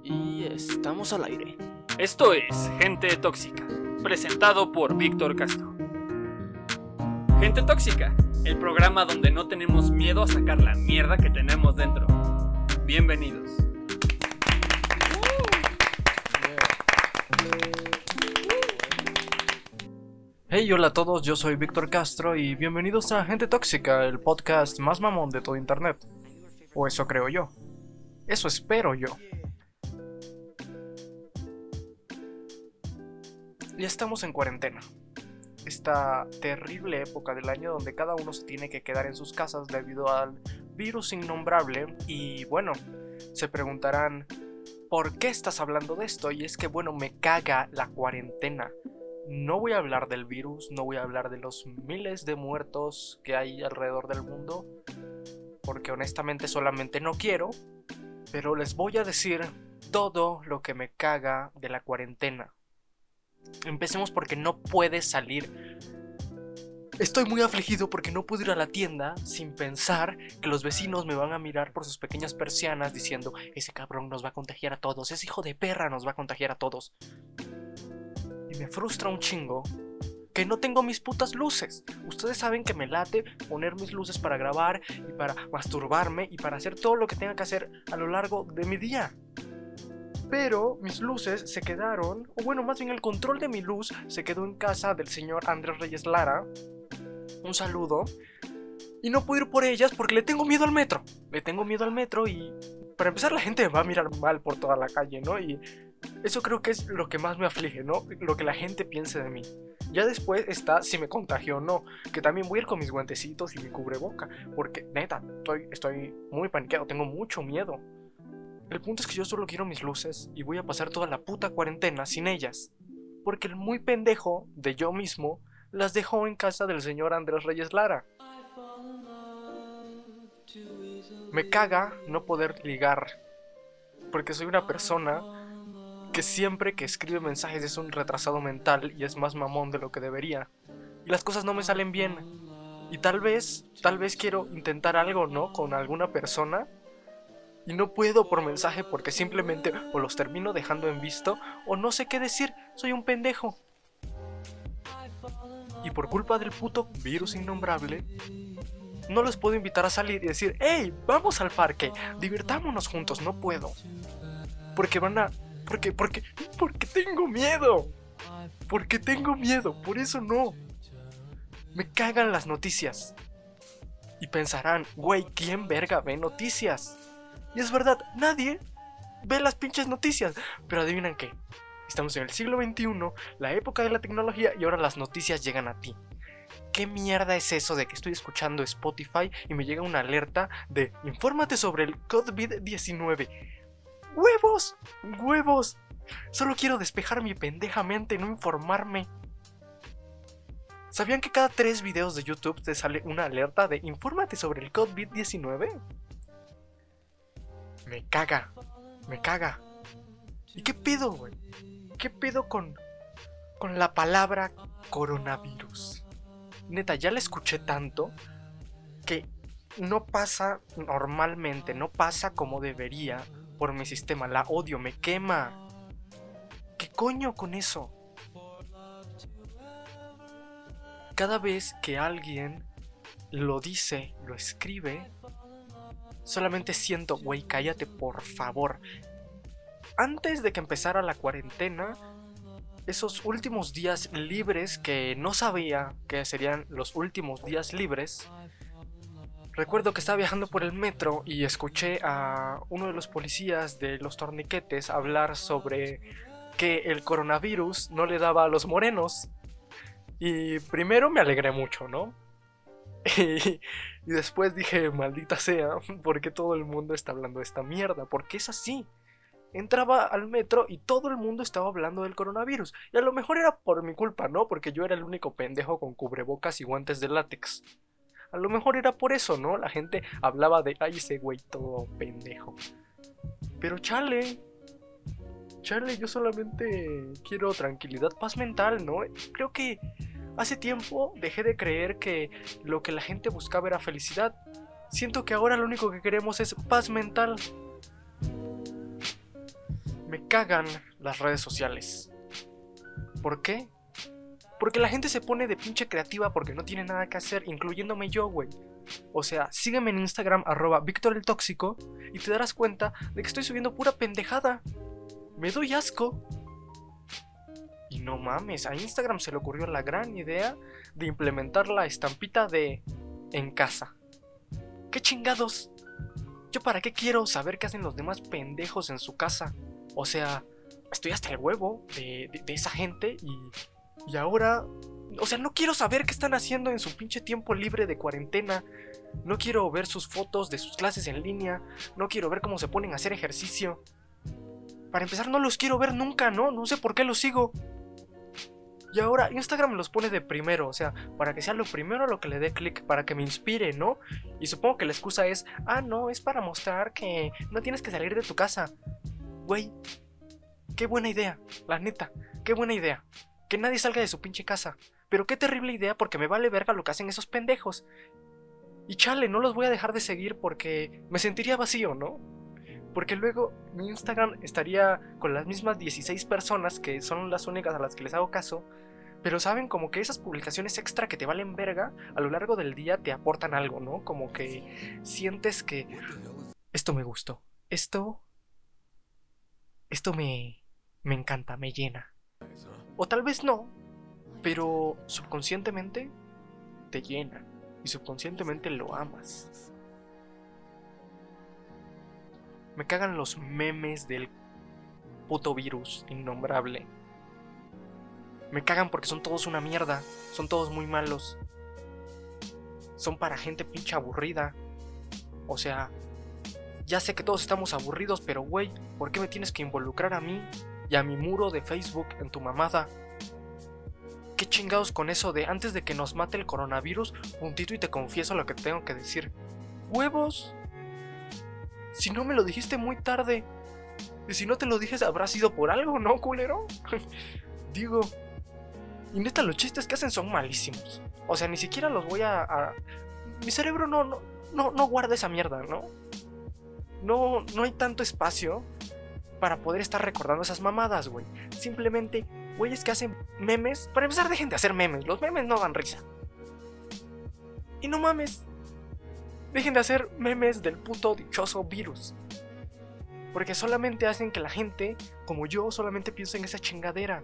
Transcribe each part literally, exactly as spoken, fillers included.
Y estamos al aire. Esto es Gente Tóxica, presentado por Víctor Castro. Gente Tóxica, el programa donde no tenemos miedo a sacar la mierda que tenemos dentro. Bienvenidos. Hey, hola a todos, yo soy Víctor Castro y bienvenidos a Gente Tóxica, el podcast más mamón de todo internet. O eso creo yo. Eso espero yo. Ya estamos en cuarentena. Esta terrible época del año donde cada uno se tiene que quedar en sus casas debido al virus innombrable. Y bueno, se preguntarán, ¿por qué estás hablando de esto? Y es que bueno, me caga la cuarentena. No voy a hablar del virus, no voy a hablar de los miles de muertos que hay alrededor del mundo, porque honestamente solamente no quiero, pero les voy a decir todo lo que me caga de la cuarentena. Empecemos porque no puedes salir. Estoy muy afligido porque no puedo ir a la tienda sin pensar que los vecinos me van a mirar por sus pequeñas persianas diciendo: ese cabrón nos va a contagiar a todos, ese hijo de perra nos va a contagiar a todos. Y me frustra un chingo que no tengo mis putas luces. Ustedes saben que me late poner mis luces para grabar y para masturbarme y para hacer todo lo que tenga que hacer a lo largo de mi día. Pero mis luces se quedaron, o bueno, más bien el control de mi luz se quedó en casa del señor Andrés Reyes Lara. Un saludo. Y no puedo ir por ellas porque le tengo miedo al metro. Le tengo miedo al metro y para empezar la gente me va a mirar mal por toda la calle, ¿no? Y eso creo que es lo que más me aflige, ¿no? Lo que la gente piense de mí. Ya después está si me contagio o no, que también voy a ir con mis guantecitos y mi cubreboca, porque neta, estoy, estoy muy paniqueado, tengo mucho miedo. El punto es que yo solo quiero mis luces y voy a pasar toda la puta cuarentena sin ellas, porque el muy pendejo de yo mismo las dejó en casa del señor Andrés Reyes Lara. Me caga no poder ligar, porque soy una persona que siempre que escribe mensajes es un retrasado mental y es más mamón de lo que debería, y las cosas no me salen bien, y tal vez, tal vez quiero intentar algo, ¿no? Con alguna persona, y no puedo por mensaje porque simplemente o los termino dejando en visto o no sé qué decir, soy un pendejo. Y por culpa del puto virus innombrable, no los puedo invitar a salir y decir: hey, vamos al parque, divirtámonos juntos, no puedo. Porque van a... Porque, porque, porque tengo miedo. Porque tengo miedo, por eso no. Me cagan las noticias. Y pensarán, güey, ¿quién verga ve noticias? Y es verdad, nadie ve las pinches noticias. Pero adivinen qué, estamos en el siglo veintiuno, la época de la tecnología, y ahora las noticias llegan a ti. ¿Qué mierda es eso de que estoy escuchando Spotify y me llega una alerta de infórmate sobre el COVID diecinueve? ¡Huevos! ¡Huevos! Solo quiero despejar mi pendeja mente, no informarme. ¿Sabían que cada tres videos de YouTube te sale una alerta de infórmate sobre el COVID diecinueve? Me caga, me caga. ¿Y qué pedo, güey? ¿Qué pedo con, con la palabra coronavirus? Neta, ya la escuché tanto que no pasa normalmente, no pasa como debería por mi sistema. La odio, me quema. ¿Qué coño con eso? Cada vez que alguien lo dice, lo escribe, solamente siento, güey, cállate por favor. Antes de que empezara la cuarentena, esos últimos días libres que no sabía que serían los últimos días libres, recuerdo que estaba viajando por el metro y escuché a uno de los policías de los torniquetes hablar sobre que el coronavirus no le daba a los morenos. Y primero me alegré mucho, ¿no? Y, y después dije, maldita sea, ¿por qué todo el mundo está hablando de esta mierda? Porque es así. Entraba al metro y todo el mundo estaba hablando del coronavirus. Y a lo mejor era por mi culpa, ¿no? Porque yo era el único pendejo con cubrebocas y guantes de látex. A lo mejor era por eso, ¿no? La gente hablaba de, ay, ese güey todo pendejo. Pero chale. Chale, yo solamente quiero tranquilidad, paz mental, ¿no? Creo que hace tiempo dejé de creer que lo que la gente buscaba era felicidad. Siento que ahora lo único que queremos es paz mental. Me cagan las redes sociales. ¿Por qué? Porque la gente se pone de pinche creativa porque no tiene nada que hacer, incluyéndome yo, güey. O sea, sígueme en Instagram, arroba Víctor el Tóxico, y te darás cuenta de que estoy subiendo pura pendejada. Me doy asco. Y no mames, a Instagram se le ocurrió la gran idea de implementar la estampita de en casa. ¿Qué chingados? ¿Yo para qué quiero saber qué hacen los demás pendejos en su casa? O sea, estoy hasta el huevo de, de, de esa gente y, y ahora... O sea, no quiero saber qué están haciendo en su pinche tiempo libre de cuarentena. No quiero ver sus fotos de sus clases en línea. No quiero ver cómo se ponen a hacer ejercicio. Para empezar, no los quiero ver nunca, ¿no? No sé por qué los sigo. Y ahora Instagram los pone de primero, o sea, para que sea lo primero a lo que le dé clic, para que me inspire, ¿no? Y supongo que la excusa es, ah, no, es para mostrar que no tienes que salir de tu casa. Güey, qué buena idea, la neta, qué buena idea. Que nadie salga de su pinche casa. Pero qué terrible idea porque me vale verga lo que hacen esos pendejos. Y chale, no los voy a dejar de seguir porque me sentiría vacío, ¿no? Porque luego mi Instagram estaría con las mismas dieciséis personas que son las únicas a las que les hago caso. Pero saben, como que esas publicaciones extra que te valen verga a lo largo del día te aportan algo, ¿no? Como que sientes que esto me gustó, esto esto me me encanta, me llena. O tal vez no, pero subconscientemente te llena y subconscientemente lo amas. Me cagan los memes del puto virus innombrable. Me cagan porque son todos una mierda. Son todos muy malos. Son para gente pinche aburrida. O sea, ya sé que todos estamos aburridos, pero güey, ¿por qué me tienes que involucrar a mí y a mi muro de Facebook en tu mamada? ¿Qué chingados con eso de antes de que nos mate el coronavirus, puntito y te confieso lo que tengo que decir? ¡Huevos! Si no me lo dijiste muy tarde. Y si no te lo dije, habrá sido por algo, ¿no, culero? Digo... Y neta, los chistes que hacen son malísimos. O sea, ni siquiera los voy a... a... Mi cerebro no, no, no, no guarda esa mierda, ¿no? No, no hay tanto espacio para poder estar recordando esas mamadas, güey. Simplemente, güeyes que hacen memes. Para empezar, dejen de hacer memes. Los memes no dan risa. Y no mames, dejen de hacer memes del puto dichoso virus. Porque solamente hacen que la gente, como yo, solamente piense en esa chingadera.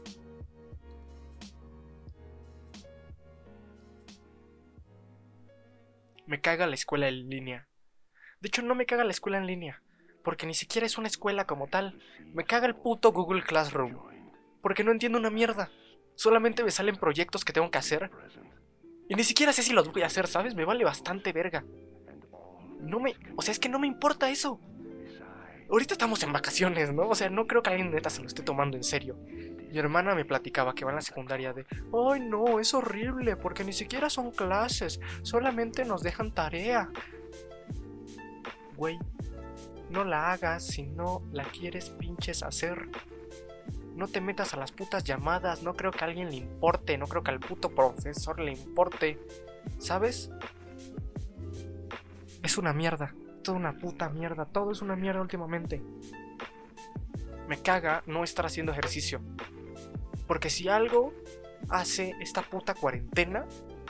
Me caga la escuela en línea. De hecho, no me caga la escuela en línea, porque ni siquiera es una escuela como tal. Me caga el puto Google Classroom, porque no entiendo una mierda. Solamente me salen proyectos que tengo que hacer y ni siquiera sé si los voy a hacer, ¿sabes? Me vale bastante verga. No me... O sea, es que no me importa eso. Ahorita estamos en vacaciones, ¿no? O sea, no creo que alguien neta se lo esté tomando en serio. Mi hermana me platicaba que va en la secundaria de ¡ay no, es horrible! Porque ni siquiera son clases, solamente nos dejan tarea. Güey, no la hagas si no la quieres pinches hacer. No te metas a las putas llamadas, no creo que a alguien le importe, no creo que al puto profesor le importe, ¿sabes? Es una mierda, toda una puta mierda, todo es una mierda últimamente. Me caga no estar haciendo ejercicio. Porque si algo hace esta puta cuarentena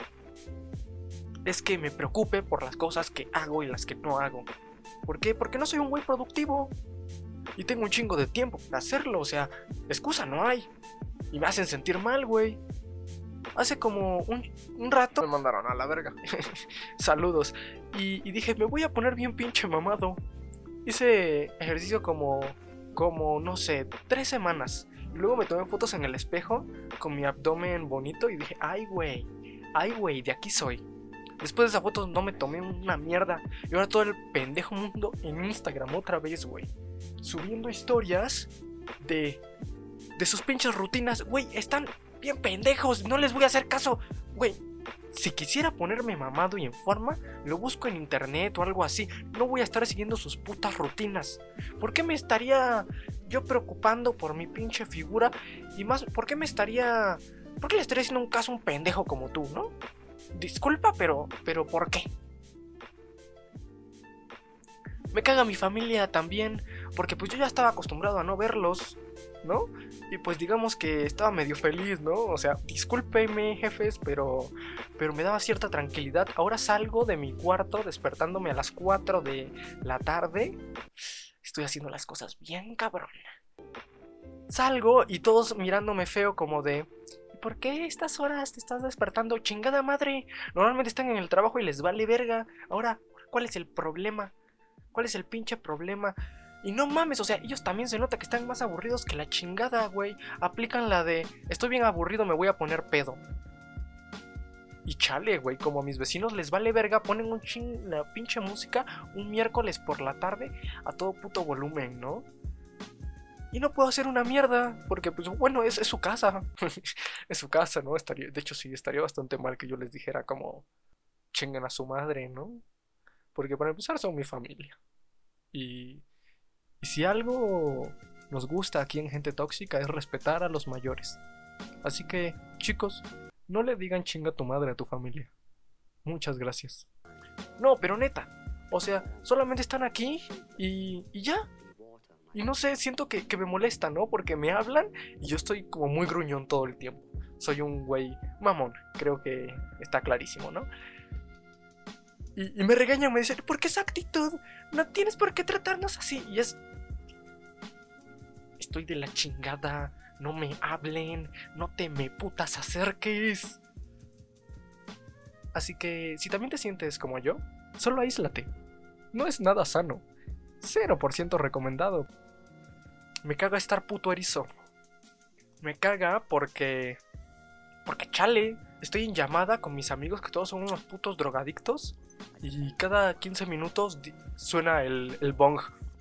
es que me preocupe por las cosas que hago y las que no hago. ¿Por qué? Porque no soy un güey productivo y tengo un chingo de tiempo para hacerlo. O sea, excusa no hay. Y me hacen sentir mal, güey. Hace como un, un rato me mandaron a la verga. Saludos. Y, y dije, me voy a poner bien pinche mamado. Hice ejercicio como, como, no sé, tres semanas. Y luego me tomé fotos en el espejo con mi abdomen bonito y dije, ay güey, ay güey, de aquí soy. Después de esa foto no me tomé una mierda. Y ahora todo el pendejo mundo en Instagram otra vez, güey. Subiendo historias de, de sus pinches rutinas. Güey, están bien pendejos, no les voy a hacer caso. Güey, si quisiera ponerme mamado y en forma, lo busco en internet o algo así. No voy a estar siguiendo sus putas rutinas. ¿Por qué me estaría yo preocupando por mi pinche figura? Y más, ¿por qué me estaría... ¿Por qué le estaría haciendo un caso a un pendejo como tú, no? Disculpa, pero... ¿Pero por qué? Me caga mi familia también. porque pues yo ya estaba acostumbrado a no verlos, ¿no? Y pues digamos que estaba medio feliz, ¿no? O sea, discúlpenme, jefes, pero, pero me daba cierta tranquilidad. Ahora salgo de mi cuarto despertándome a las cuatro de la tarde. Estoy haciendo las cosas bien, cabrón. Salgo y todos mirándome feo como de... ¿Por qué estas horas te estás despertando? Chingada madre. Normalmente están en el trabajo y les vale verga. Ahora, ¿cuál es el problema? ¿Cuál es el pinche problema? Y no mames, o sea, ellos también se nota que están más aburridos que la chingada, güey. Aplican la de, estoy bien aburrido, me voy a poner pedo. Y chale, güey, como a mis vecinos les vale verga, ponen un ching, la pinche música un miércoles por la tarde a todo puto volumen, ¿no? Y no puedo hacer una mierda, porque pues bueno, es, es su casa. Es su casa, ¿no? Estaría, de hecho sí, estaría bastante mal que yo les dijera como chinguen a su madre, ¿no? Porque para empezar son mi familia. Y, y si algo nos gusta aquí en Gente Tóxica es respetar a los mayores. Así que, chicos, no le digan chinga a tu madre a tu familia. Muchas gracias. No, pero neta, o sea, solamente están aquí y, y ya. Y no sé, siento que, que me molesta, ¿no? Porque me hablan y yo estoy como muy gruñón todo el tiempo. Soy un güey mamón, creo que está clarísimo, ¿no? Y, y me regañan, me dicen, ¿por qué esa actitud? No tienes por qué tratarnos así. Y es... Estoy de la chingada, no me hablen, no te me putas acerques. Así que, si también te sientes como yo, solo aíslate. No es nada sano. cero por ciento recomendado. Me caga estar puto erizo. Me caga porque... Porque chale, estoy en llamada con mis amigos que todos son unos putos drogadictos. Y cada quince minutos suena el, el bong.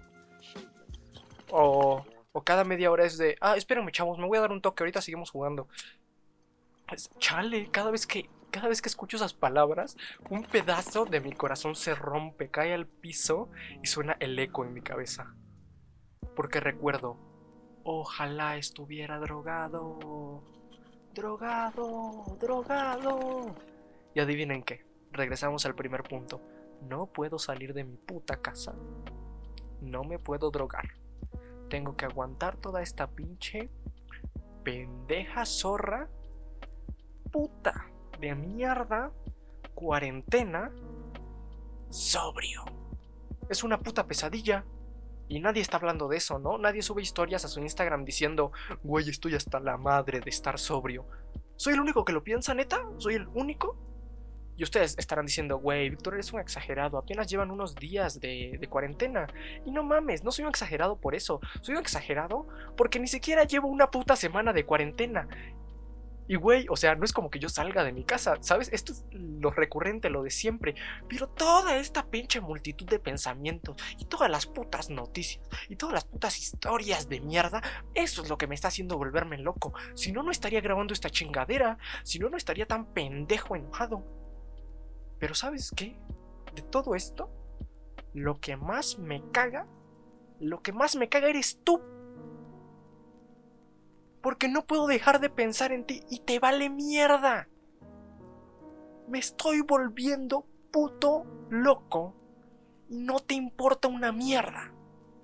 O, o cada media hora es de... Ah, espérenme chavos, me voy a dar un toque, ahorita seguimos jugando. Es, chale, cada vez que... Cada vez que escucho esas palabras, un pedazo de mi corazón se rompe, cae al piso y suena el eco en mi cabeza. Porque recuerdo, ojalá estuviera drogado, drogado, drogado. Y adivinen qué, regresamos al primer punto. No puedo salir de mi puta casa. No me puedo drogar. Tengo que aguantar toda esta pinche pendeja zorra puta de mierda cuarentena sobrio. Es una puta pesadilla. Y nadie está hablando de eso, ¿no? Nadie sube historias a su Instagram diciendo, güey, estoy hasta la madre de estar sobrio. ¿Soy el único que lo piensa, neta? ¿Soy el único? Y ustedes estarán diciendo, güey, Víctor, eres un exagerado, apenas llevan unos días de, de cuarentena. Y no mames, no soy un exagerado por eso. Soy un exagerado porque ni siquiera llevo una puta semana de cuarentena. Y güey, o sea, no es como que yo salga de mi casa, ¿sabes? Esto es lo recurrente, lo de siempre. Pero toda esta pinche multitud de pensamientos y todas las putas noticias y todas las putas historias de mierda, eso es lo que me está haciendo volverme loco. Si no, no estaría grabando esta chingadera. Si no, no estaría tan pendejo enojado. Pero ¿sabes qué? De todo esto, lo que más me caga, lo que más me caga eres tú. Porque no puedo dejar de pensar en ti y te vale mierda. Me estoy volviendo puto loco y no te importa una mierda.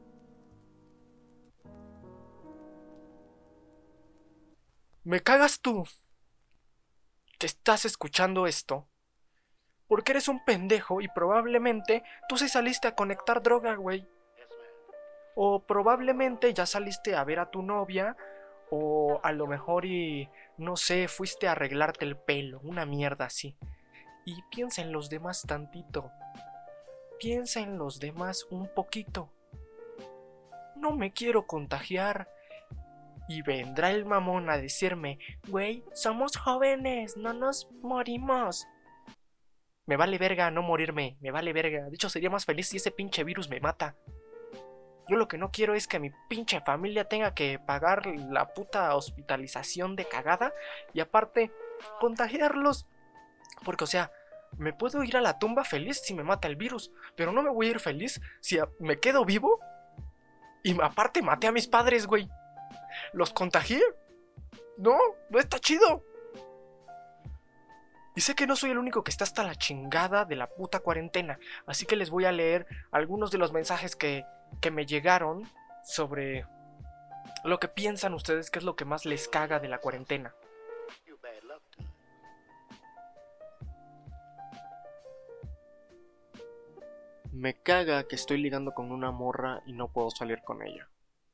Me cagas tú que estás escuchando esto porque eres un pendejo y probablemente tú sí saliste a conectar droga, güey. O probablemente ya saliste a ver a tu novia. O a lo mejor y, no sé, fuiste a arreglarte el pelo, una mierda así. Y piensa en los demás tantito. Piensa en los demás un poquito. No me quiero contagiar. Y vendrá el mamón a decirme, güey, somos jóvenes, no nos morimos. Me vale verga no morirme, me vale verga. De hecho sería más feliz si ese pinche virus me mata. Yo lo que no quiero es que mi pinche familia tenga que pagar la puta hospitalización de cagada y aparte contagiarlos. Porque, o sea, me puedo ir a la tumba feliz si me mata el virus, pero no me voy a ir feliz si me quedo vivo y aparte maté a mis padres, güey. ¿Los contagié? No, no está chido. Y sé que no soy el único que está hasta la chingada de la puta cuarentena, así que les voy a leer algunos de los mensajes que... que me llegaron sobre lo que piensan ustedes que es lo que más les caga de la cuarentena. Me caga que estoy ligando con una morra y no puedo salir con ella.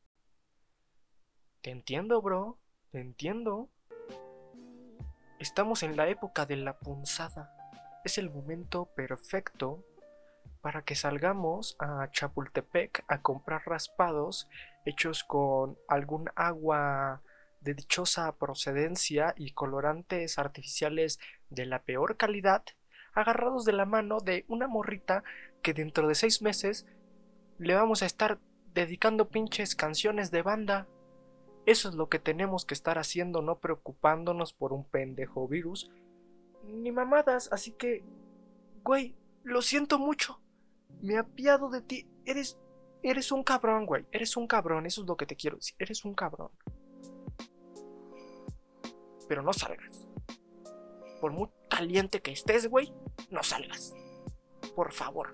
Te entiendo, bro, te entiendo. Estamos en la época de la punzada. Es el momento perfecto para que salgamos a Chapultepec a comprar raspados hechos con algún agua de dichosa procedencia y colorantes artificiales de la peor calidad, agarrados de la mano de una morrita que dentro de seis meses le vamos a estar dedicando pinches canciones de banda. Eso es lo que tenemos que estar haciendo, no preocupándonos por un pendejo virus ni mamadas. Así que, güey, lo siento mucho. Me apiado de ti. Eres, eres un cabrón, güey. Eres un cabrón, eso es lo que te quiero decir. Eres un cabrón. Pero no salgas. Por muy caliente que estés, güey, no salgas. Por favor.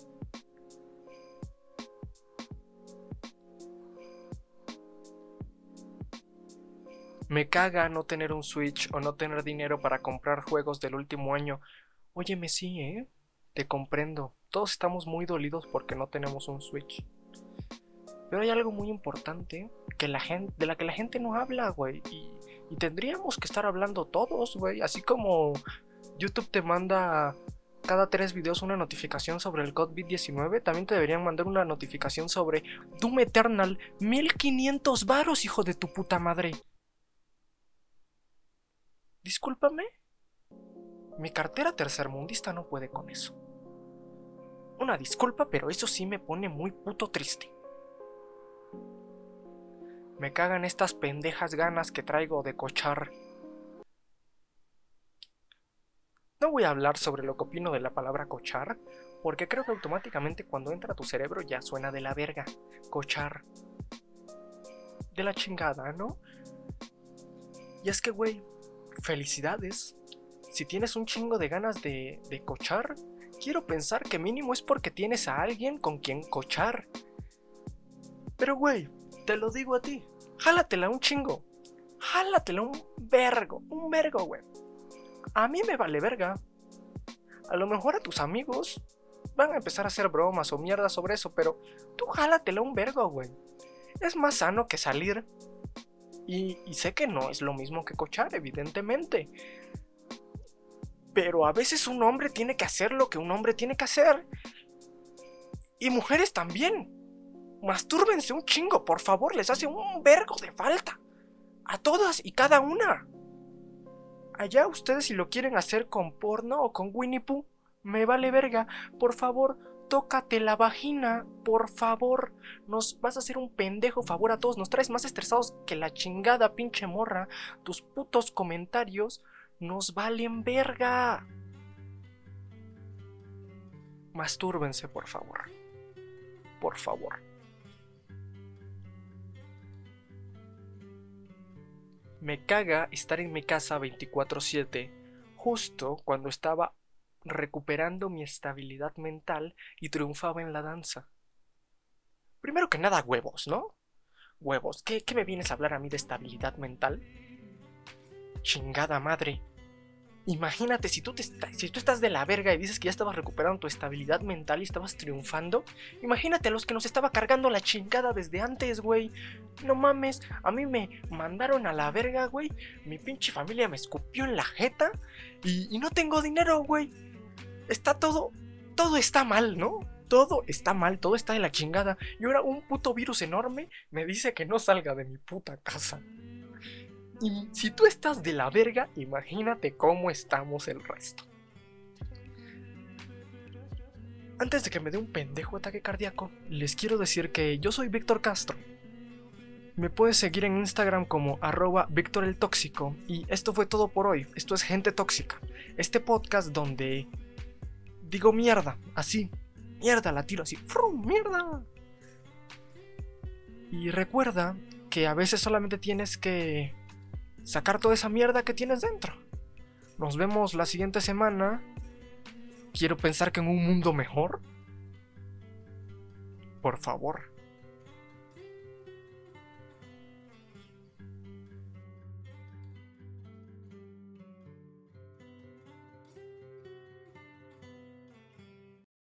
Me caga no tener un Switch o no tener dinero para comprar juegos del último año. Óyeme, sí, ¿eh? Te comprendo. Todos estamos muy dolidos porque no tenemos un Switch. Pero hay algo muy importante que la gente, de la que la gente no habla, güey. Y, y tendríamos que estar hablando todos, güey. Así como YouTube te manda cada tres videos una notificación sobre el COVID diecinueve, también te deberían mandar una notificación sobre Doom Eternal. mil quinientos varos, hijo de tu puta madre. Discúlpame. Mi cartera tercermundista no puede con eso. Una disculpa, pero eso sí me pone muy puto triste. Me cagan estas pendejas ganas que traigo de cochar. No voy a hablar sobre lo que opino de la palabra cochar, porque creo que automáticamente cuando entra a tu cerebro ya suena de la verga. Cochar. De la chingada, ¿no? Y es que, güey, felicidades. Si tienes un chingo de ganas de, de cochar, quiero pensar que mínimo es porque tienes a alguien con quien cochar. Pero güey, te lo digo a ti, jálatela un chingo. Jálatela un vergo, un vergo, güey. A mí me vale verga. A lo mejor a tus amigos van a empezar a hacer bromas o mierda sobre eso, pero tú jálatela un vergo, güey. Es más sano que salir. Y, y sé que no es lo mismo que cochar, evidentemente. Pero a veces un hombre tiene que hacer lo que un hombre tiene que hacer. Y mujeres también. Mastúrbense un chingo, por favor, les hace un vergo de falta. A todas y cada una. Allá ustedes si lo quieren hacer con porno o con Winnie Pooh, me vale verga. Por favor, tócate la vagina, por favor. Nos vas a hacer un pendejo favor a todos. Nos traes más estresados que la chingada pinche morra. Tus putos comentarios nos valen verga. Mastúrbense, por favor. Por favor. Me caga estar en mi casa veinticuatro siete, justo cuando estaba recuperando mi estabilidad mental y triunfaba en la danza. Primero que nada, huevos, ¿no? Huevos, ¿qué, qué me vienes a hablar a mí de estabilidad mental? Chingada madre. Imagínate, si tú, te si tú estás de la verga y dices que ya estabas recuperando tu estabilidad mental y estabas triunfando, imagínate a los que nos estaba cargando la chingada desde antes, güey. No mames, a mí me mandaron a la verga, güey. Mi pinche familia me escupió en la jeta y, y no tengo dinero, güey. Está todo, todo está mal, ¿no? Todo está mal, todo está de la chingada. Y ahora un puto virus enorme me dice que no salga de mi puta casa. Y si tú estás de la verga, imagínate cómo estamos el resto. Antes de que me dé un pendejo ataque cardíaco, les quiero decir que yo soy Víctor Castro. Me puedes seguir en Instagram como arroba Víctor el Tóxico. Y esto fue todo por hoy. Esto es Gente Tóxica. Este podcast donde digo mierda, así. Mierda, la tiro así. ¡Frum! ¡Mierda! Y recuerda que a veces solamente tienes que sacar toda esa mierda que tienes dentro. Nos vemos la siguiente semana. Quiero pensar que en un mundo mejor. Por favor.